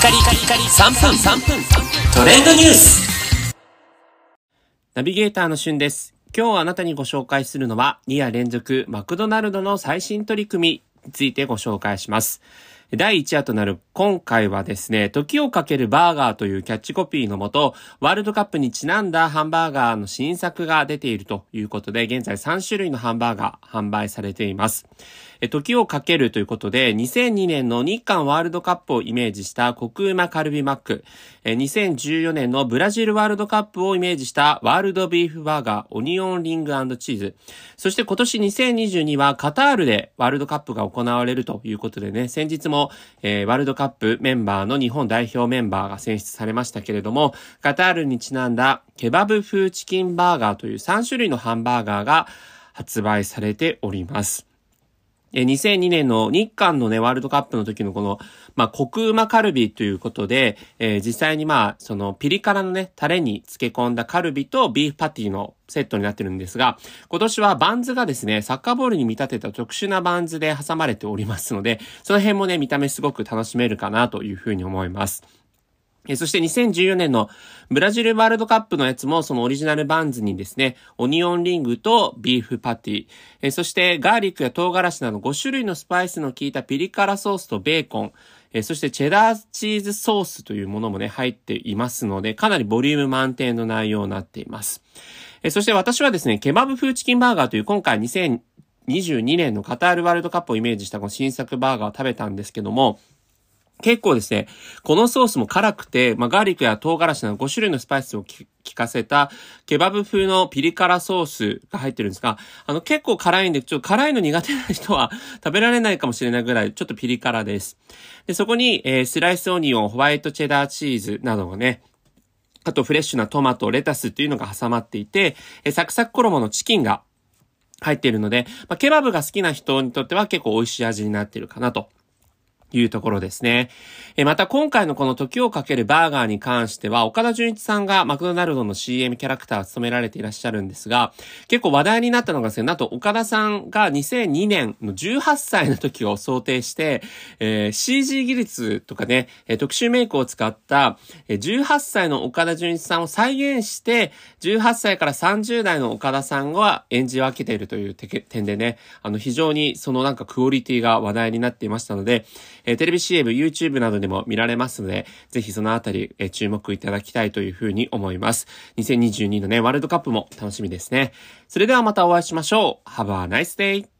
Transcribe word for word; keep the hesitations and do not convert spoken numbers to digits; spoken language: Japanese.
カリカリカリさんぷんさんぷんトレンドニュース。 ナビゲーターのしゅんです。今日あなたにご紹介するのはに夜連続マクドナルドの最新取り組みについてご紹介します。だいいちわとなる今回はですね、時をかけるバーガーというキャッチコピーのもと、ワールドカップにちなんだハンバーガーの新作が出ているということで、現在さんしゅるいのハンバーガー販売されています。時をかけるということで、にせんにねんの日韓ワールドカップをイメージしたコクうまカルビマック、にせんじゅうよねんのブラジルワールドカップをイメージしたワールドビーフバーガーオニオンリング&チーズ、そして今年にせんにじゅうにはカタールでワールドカップが行われるということでね、先日も、えー、ワールドカップメンバーの日本代表メンバーが選出されましたけれども、カタールにちなんだケバブ風チキンバーガーというさんしゅるいのハンバーガーが発売されております。にせんにねんの日韓のね、ワールドカップの時のこの、まあ、コクうまカルビということで、えー、実際にまあ、そのピリ辛のね、タレに漬け込んだカルビとビーフパティのセットになってるんですが、今年はバンズがですね、サッカーボールに見立てた特殊なバンズで挟まれておりますので、その辺もね、見た目すごく楽しめるかなというふうに思います。そしてにせんじゅうよねんのブラジルワールドカップのやつもそのオリジナルバンズにですね、オニオンリングとビーフパティ、そしてガーリックや唐辛子などごしゅるいのスパイスの効いたピリ辛ソースとベーコン、そしてチェダーチーズソースというものもね、入っていますので、かなりボリューム満点の内容になっています。そして私はですね、ケバブ風チキンバーガーという今回にせんにじゅうにねんのカタールワールドカップをイメージしたこの新作バーガーを食べたんですけども、結構ですね、このソースも辛くて、まあ、ガーリックや唐辛子などごしゅるいのスパイスを効かせたケバブ風のピリ辛ソースが入ってるんですが、あの結構辛いんで、ちょっと辛いの苦手な人は食べられないかもしれないぐらいちょっとピリ辛です。で、そこに、えー、スライスオニオン、ホワイトチェダーチーズなどがね、あとフレッシュなトマト、レタスっていうのが挟まっていて、えー、サクサク衣のチキンが入っているので、まあ、ケバブが好きな人にとっては結構美味しい味になっているかなというところですね。え、また今回のこの時をかけるバーガーに関しては、岡田准一さんがマクドナルドの シーエム キャラクターを務められていらっしゃるんですが、結構話題になったのがですね、なんと岡田さんがにせんにねんのじゅうはっさいの時を想定して、えー、シージー 技術とかね、特殊メイクを使ったじゅうはっさいの岡田准一さんを再現して、じゅうはっさいからさんじゅうだいの岡田さんが演じ分けているという点でね、あの非常にそのなんかクオリティが話題になっていましたので、えー、テレビ シーエム、YouTube などでも見られますので、ぜひそのあたり、えー、注目いただきたいというふうに思います。にせんにじゅうにのね、ワールドカップも楽しみですね。それではまたお会いしましょう。Have a nice day!